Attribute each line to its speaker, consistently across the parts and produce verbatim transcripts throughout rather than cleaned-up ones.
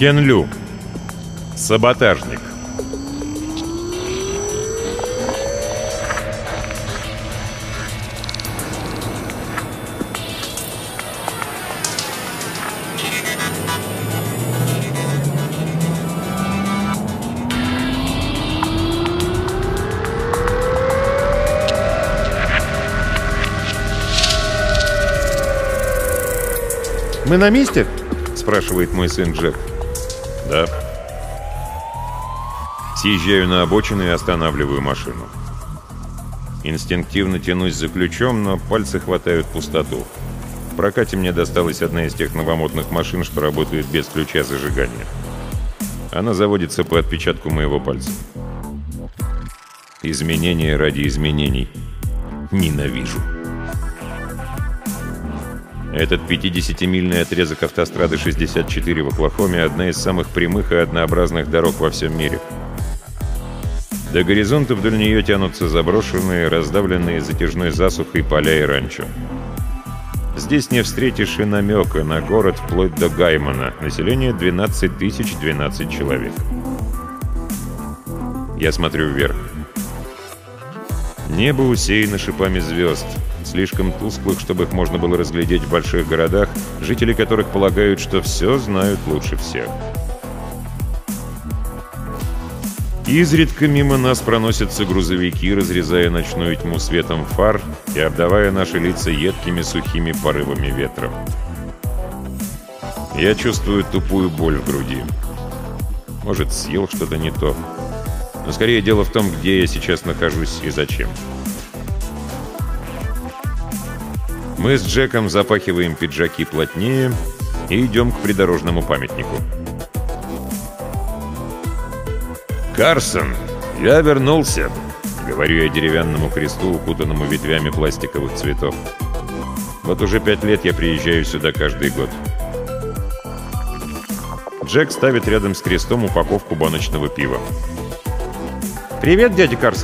Speaker 1: Кен Лю. Саботажник.
Speaker 2: «Мы на месте?» — спрашивает мой сын Джек.
Speaker 1: Да. Съезжаю на обочину и останавливаю машину. Инстинктивно тянусь за ключом, но пальцы хватают пустоту. В прокате мне досталась одна из тех новомодных машин, что работают без ключа зажигания. Она заводится по отпечатку моего пальца. Изменения ради изменений. Ненавижу. Этот пятидесятимильный отрезок автострады шестьдесят четыре в Оклахоме — одна из самых прямых и однообразных дорог во всем мире. До горизонта вдоль нее тянутся заброшенные, раздавленные затяжной засухой поля и ранчо. Здесь не встретишь и намека на город вплоть до Гаймана. Население двенадцать тысяч двенадцать человек. Я смотрю вверх. Небо усеяно шипами звезд, слишком тусклых, чтобы их можно было разглядеть в больших городах, жители которых полагают, что все знают лучше всех. Изредка мимо нас проносятся грузовики, разрезая ночную тьму светом фар и обдавая наши лица едкими сухими порывами ветра. Я чувствую тупую боль в груди. Может, съел что-то не то. Но скорее дело в том, где я сейчас нахожусь и зачем. Мы с Джеком запахиваем пиджаки плотнее и идем к придорожному памятнику. «Карсон, я вернулся!» — говорю я деревянному кресту, укутанному ветвями пластиковых цветов. Вот уже пять лет я приезжаю сюда каждый год. Джек ставит рядом с крестом упаковку баночного пива.
Speaker 2: «Привет, дядя Карсон!»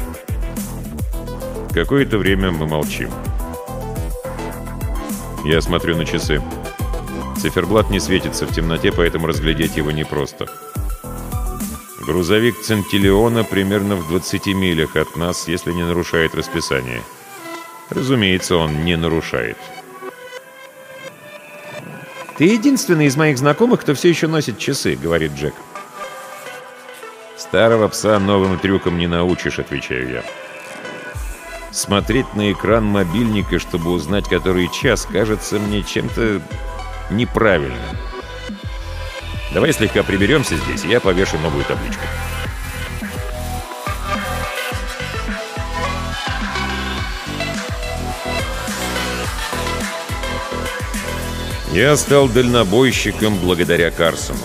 Speaker 1: Какое-то время мы молчим. Я смотрю на часы. Циферблат не светится в темноте, поэтому разглядеть его непросто. Грузовик Центиллиона примерно в двадцати милях от нас, если не нарушает расписание. Разумеется, он не нарушает.
Speaker 2: «Ты единственный из моих знакомых, кто все еще носит часы», — говорит Джек.
Speaker 1: «Старого пса новым трюкам не научишь», — отвечаю я. Смотреть на экран мобильника, чтобы узнать, который час, кажется мне чем-то неправильным. Давай слегка приберемся здесь, и я повешу новую табличку. Я стал дальнобойщиком благодаря Карсону.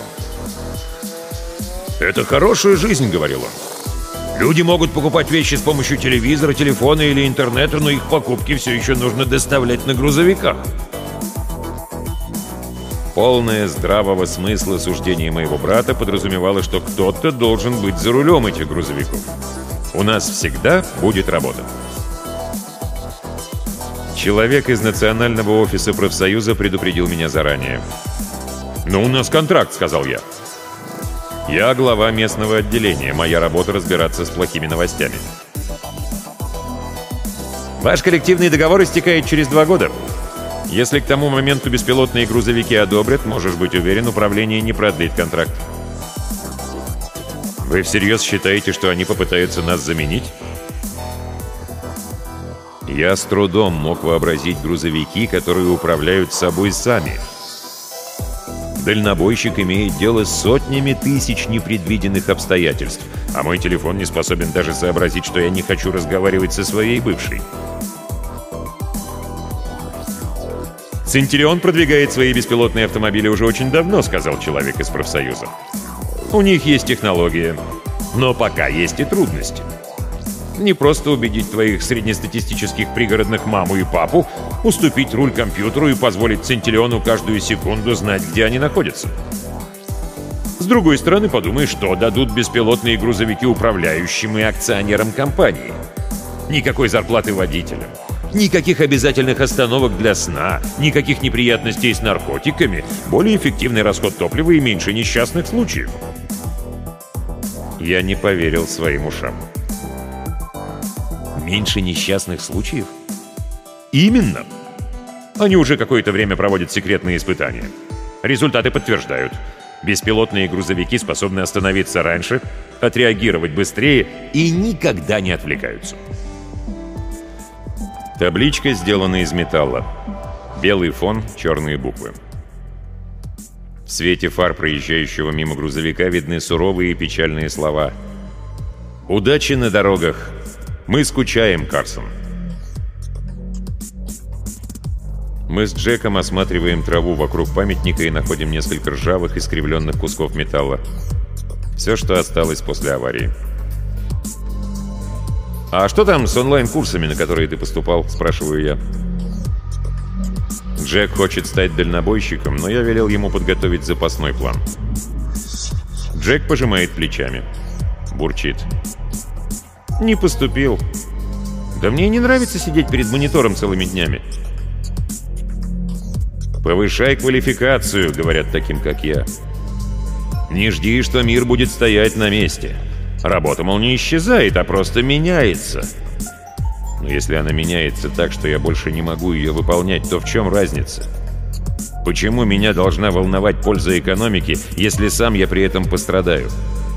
Speaker 1: «Это хорошая жизнь», — говорил он. «Люди могут покупать вещи с помощью телевизора, телефона или интернета, но их покупки все еще нужно доставлять на грузовиках». Полное здравого смысла суждение моего брата подразумевало, что кто-то должен быть за рулем этих грузовиков. У нас всегда будет работа. Человек из Национального офиса профсоюза предупредил меня заранее. «Но у нас контракт», — сказал я. «Я глава местного отделения. Моя работа — разбираться с плохими новостями». «Ваш коллективный договор истекает через два года. Если к тому моменту беспилотные грузовики одобрят, можешь быть уверен, управление не продлит контракт». «Вы всерьез считаете, что они попытаются нас заменить?» Я с трудом мог вообразить грузовики, которые управляют собой сами. Дальнобойщик имеет дело с сотнями тысяч непредвиденных обстоятельств, а мой телефон не способен даже сообразить, что я не хочу разговаривать со своей бывшей. «Центиллион продвигает свои беспилотные автомобили уже очень давно», — сказал человек из профсоюза. «У них есть технология, но пока есть и трудности. Не просто убедить твоих среднестатистических пригородных маму и папу уступить руль компьютеру и позволить Центиллиону каждую секунду знать, где они находятся. С другой стороны, подумай, что дадут беспилотные грузовики управляющим и акционерам компании. Никакой зарплаты водителям, Никаких обязательных остановок для сна, никаких неприятностей с наркотиками, более эффективный расход топлива и меньше несчастных случаев. Я не поверил своим ушам. Меньше несчастных случаев? Именно. Они уже какое-то время проводят секретные испытания. Результаты подтверждают. Беспилотные грузовики способны остановиться раньше, отреагировать быстрее и никогда не отвлекаются. Табличка сделана из металла. Белый фон, черные буквы. В свете фар проезжающего мимо грузовика видны суровые и печальные слова. «Удачи на дорогах! Мы скучаем, Карсон!» Мы с Джеком осматриваем траву вокруг памятника и находим несколько ржавых, искривленных кусков металла. Все, что осталось после аварии. «А что там с онлайн-курсами, на которые ты поступал?» – спрашиваю я. Джек хочет стать дальнобойщиком, но я велел ему подготовить запасной план. Джек пожимает плечами. Бурчит. «Не поступил. Да мне не нравится сидеть перед монитором целыми днями». «Повышай квалификацию», — говорят таким, как я. «Не жди, что мир будет стоять на месте. Работа, мол, не исчезает, а просто меняется. Но если она меняется так, что я больше не могу ее выполнять, то в чем разница? Почему меня должна волновать польза экономики, если сам я при этом пострадаю?»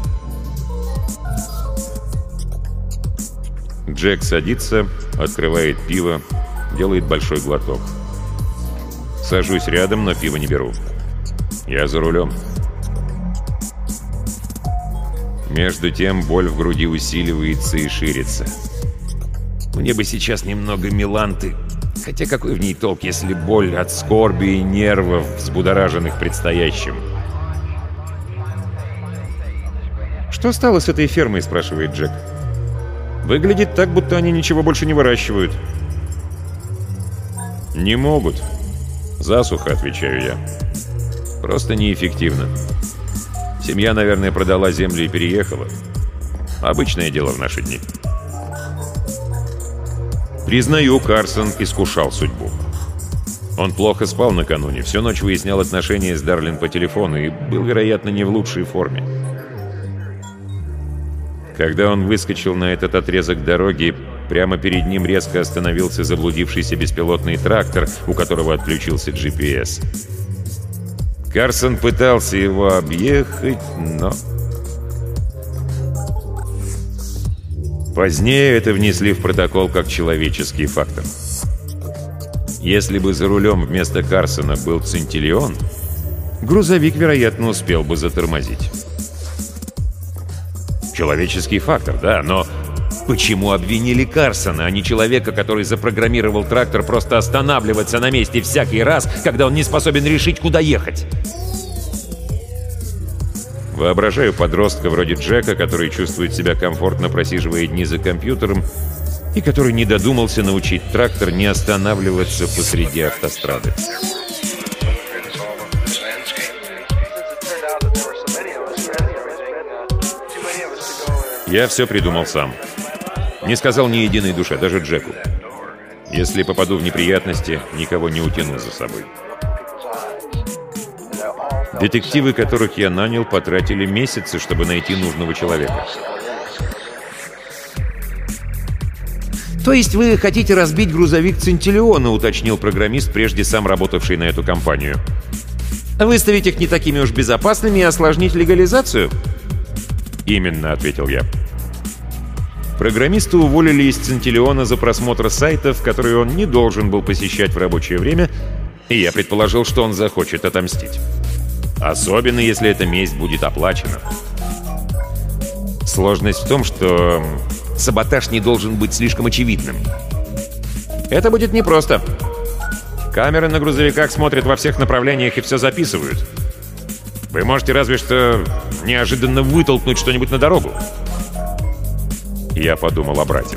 Speaker 1: Джек садится, открывает пиво, делает большой глоток. Сажусь рядом, но пиво не беру. Я за рулем. Между тем боль в груди усиливается и ширится. Мне бы сейчас немного меланты. Хотя какой в ней толк, если боль от скорби и нервов, взбудораженных предстоящим?
Speaker 2: «Что стало с этой фермой?» — спрашивает Джек. «Выглядит так, будто они ничего больше не выращивают».
Speaker 1: «Не могут. Засуха», — отвечаю я. «Просто неэффективно. Семья, наверное, продала землю и переехала. Обычное дело в наши дни». Признаю, Карсон искушал судьбу. Он плохо спал накануне, всю ночь выяснял отношения с Дарлин по телефону и был, вероятно, не в лучшей форме. Когда он выскочил на этот отрезок дороги, прямо перед ним резко остановился заблудившийся беспилотный трактор, у которого отключился джи пи эс. Карсон пытался его объехать, но... Позднее это внесли в протокол как человеческий фактор. Если бы за рулем вместо Карсона был Центиллион, грузовик, вероятно, успел бы затормозить. Человеческий фактор, да, но почему обвинили Карсона, а не человека, который запрограммировал трактор просто останавливаться на месте всякий раз, когда он не способен решить, куда ехать? Воображаю подростка вроде Джека, который чувствует себя комфортно, просиживая дни за компьютером, и который не додумался научить трактор не останавливаться посреди автострады. Я все придумал сам. Не сказал ни единой душе, даже Джеку. Если попаду в неприятности, никого не утяну за собой. Детективы, которых я нанял, потратили месяцы, чтобы найти нужного человека.
Speaker 2: «То есть вы хотите разбить грузовик Центиллиона?» — уточнил программист, прежде сам работавший на эту компанию. «Выставить их не такими уж безопасными и осложнить легализацию?»
Speaker 1: «Именно», — ответил я. Программиста уволили из Центиллиона за просмотр сайтов, которые он не должен был посещать в рабочее время, и я предположил, что он захочет отомстить. Особенно, если эта месть будет оплачена. Сложность в том, что саботаж не должен быть слишком очевидным.
Speaker 2: «Это будет непросто.
Speaker 1: Камеры на грузовиках смотрят во всех направлениях и все записывают. Вы можете разве что неожиданно вытолкнуть что-нибудь на дорогу». Я подумал о брате.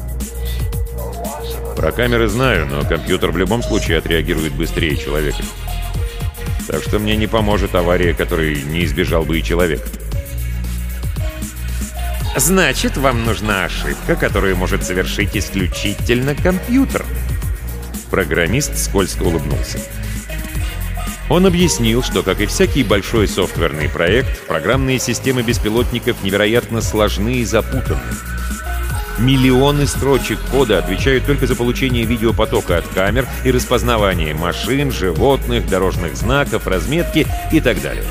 Speaker 1: Про камеры знаю, но компьютер в любом случае отреагирует быстрее человека. Так что мне не поможет авария, которой не избежал бы и человек.
Speaker 2: Значит, вам нужна ошибка, которую может совершить исключительно компьютер.
Speaker 1: Программист скользко улыбнулся. Он объяснил, что, как и всякий большой софтверный проект, программные системы беспилотников невероятно сложны и запутаны. Миллионы строчек кода отвечают только за получение видеопотока от камер и распознавание машин, животных, дорожных знаков, разметки и так далее.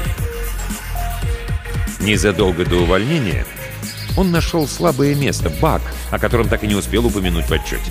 Speaker 1: Незадолго до увольнения он нашел слабое место, баг, о котором так и не успел упомянуть в отчете.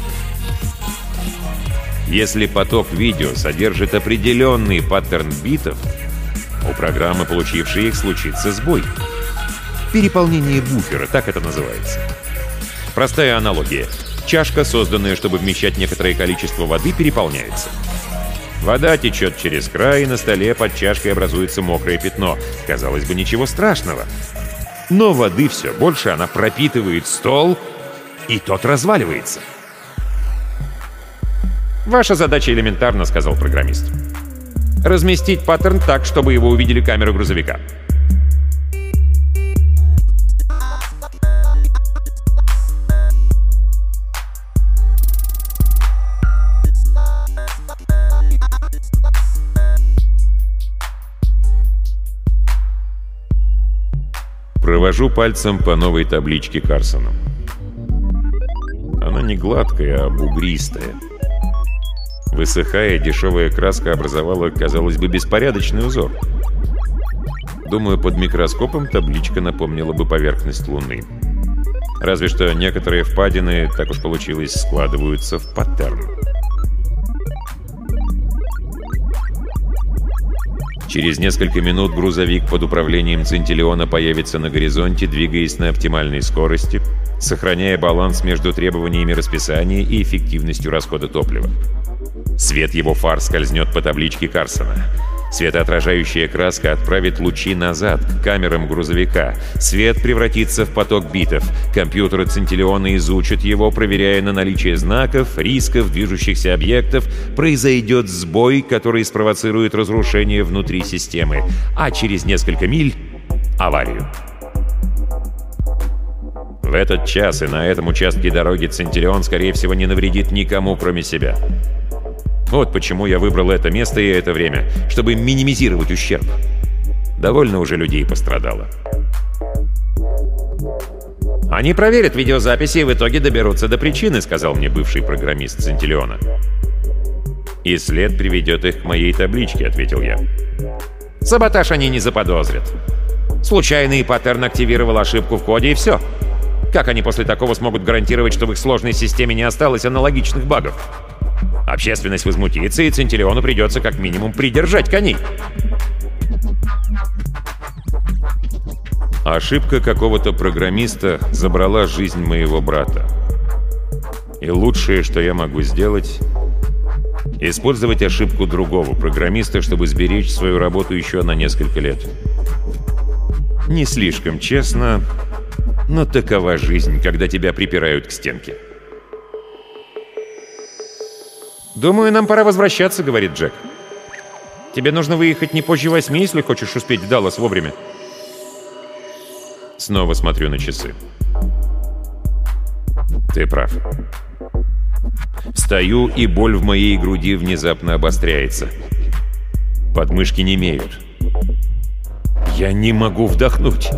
Speaker 1: Если поток видео содержит определенный паттерн битов, у программы, получившей их, случится сбой. Переполнение буфера, так это называется. Простая аналогия. Чашка, созданная, чтобы вмещать некоторое количество воды, переполняется. Вода течет через край, и на столе под чашкой образуется мокрое пятно. Казалось бы, ничего страшного. Но воды все больше, она пропитывает стол, и тот разваливается.
Speaker 2: «Ваша задача элементарна», — сказал программист. «Разместить паттерн так, чтобы его увидели камеры грузовика».
Speaker 1: Провожу пальцем по новой табличке Карсона. Она не гладкая, а бугристая. Высыхая, дешевая краска образовала, казалось бы, беспорядочный узор. Думаю, под микроскопом табличка напомнила бы поверхность Луны. Разве что некоторые впадины, так уж получилось, складываются в паттерн. Через несколько минут грузовик под управлением Центиллиона появится на горизонте, двигаясь на оптимальной скорости, сохраняя баланс между требованиями расписания и эффективностью расхода топлива. Свет его фар скользнет по табличке Карсона. Светоотражающая краска отправит лучи назад, к камерам грузовика. Свет превратится в поток битов. Компьютеры Центиллиона изучат его, проверяя на наличие знаков, рисков, движущихся объектов. Произойдет сбой, который спровоцирует разрушение внутри системы. А через несколько миль — аварию. В этот час и на этом участке дороги Центиллион, скорее всего, не навредит никому, кроме себя. Вот почему я выбрал это место и это время, чтобы минимизировать ущерб. Довольно уже людей пострадало.
Speaker 2: «Они проверят видеозаписи и в итоге доберутся до причины», — сказал мне бывший программист Центиллиона.
Speaker 1: «И след приведет их к моей табличке», — ответил я.
Speaker 2: «Саботаж они не заподозрят. Случайный паттерн активировал ошибку в коде, и все. Как они после такого смогут гарантировать, что в их сложной системе не осталось аналогичных багов? Общественность возмутится, и Центиллиону придется как минимум придержать коней».
Speaker 1: Ошибка какого-то программиста забрала жизнь моего брата. И лучшее, что я могу сделать — использовать ошибку другого программиста, чтобы сберечь свою работу еще на несколько лет. Не слишком честно, но такова жизнь, когда тебя припирают к стенке.
Speaker 2: «Думаю, нам пора возвращаться», — говорит Джек. «Тебе нужно выехать не позже восьми, если хочешь успеть в Даллас вовремя».
Speaker 1: Снова смотрю на часы. Ты прав. Встаю, и боль в моей груди внезапно обостряется. Подмышки немеют. Я не могу вдохнуть.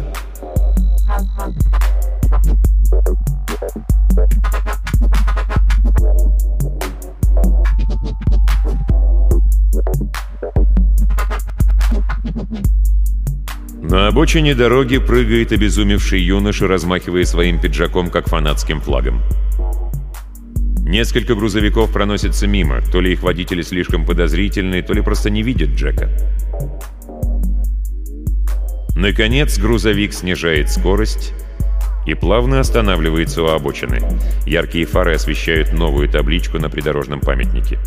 Speaker 1: На обочине дороги прыгает обезумевший юноша, размахивая своим пиджаком, как фанатским флагом. Несколько грузовиков проносятся мимо, то ли их водители слишком подозрительные, то ли просто не видят Джека. Наконец грузовик снижает скорость и плавно останавливается у обочины. Яркие фары освещают новую табличку на придорожном памятнике.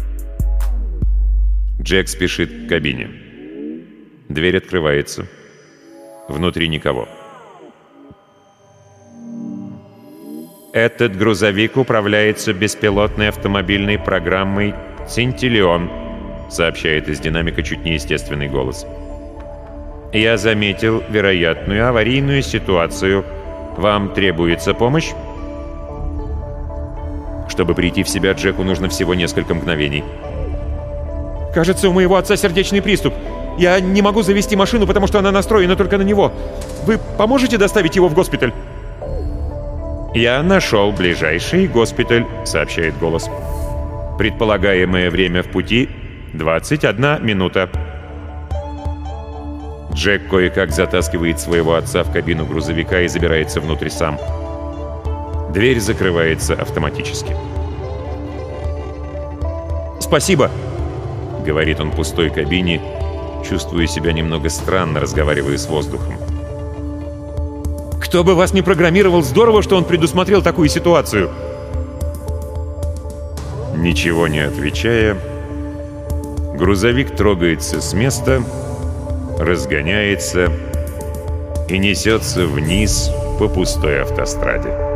Speaker 1: Джек спешит к кабине. Дверь открывается. Внутри никого.
Speaker 2: «Этот грузовик управляется беспилотной автомобильной программой «Центиллион», — сообщает из динамика чуть неестественный голос. «Я заметил вероятную аварийную ситуацию «Вам требуется помощь?» Чтобы прийти в себя, Джеку нужно всего несколько мгновений.
Speaker 3: «Кажется, у моего отца сердечный приступ. Я не могу завести машину, потому что она настроена только на него. Вы поможете доставить его в госпиталь?»
Speaker 2: «Я нашел ближайший госпиталь», — сообщает голос. «Предполагаемое время в пути — двадцать одна минута». Джек кое-как затаскивает своего отца в кабину грузовика и забирается внутрь сам. Дверь закрывается автоматически.
Speaker 3: «Спасибо»,
Speaker 2: — говорит он в пустой кабине, чувствуя себя немного странно, разговаривая с воздухом.
Speaker 3: «Кто бы вас не программировал, здорово, что он предусмотрел такую ситуацию!»
Speaker 2: Ничего не отвечая, грузовик трогается с места, разгоняется и несется вниз по пустой автостраде.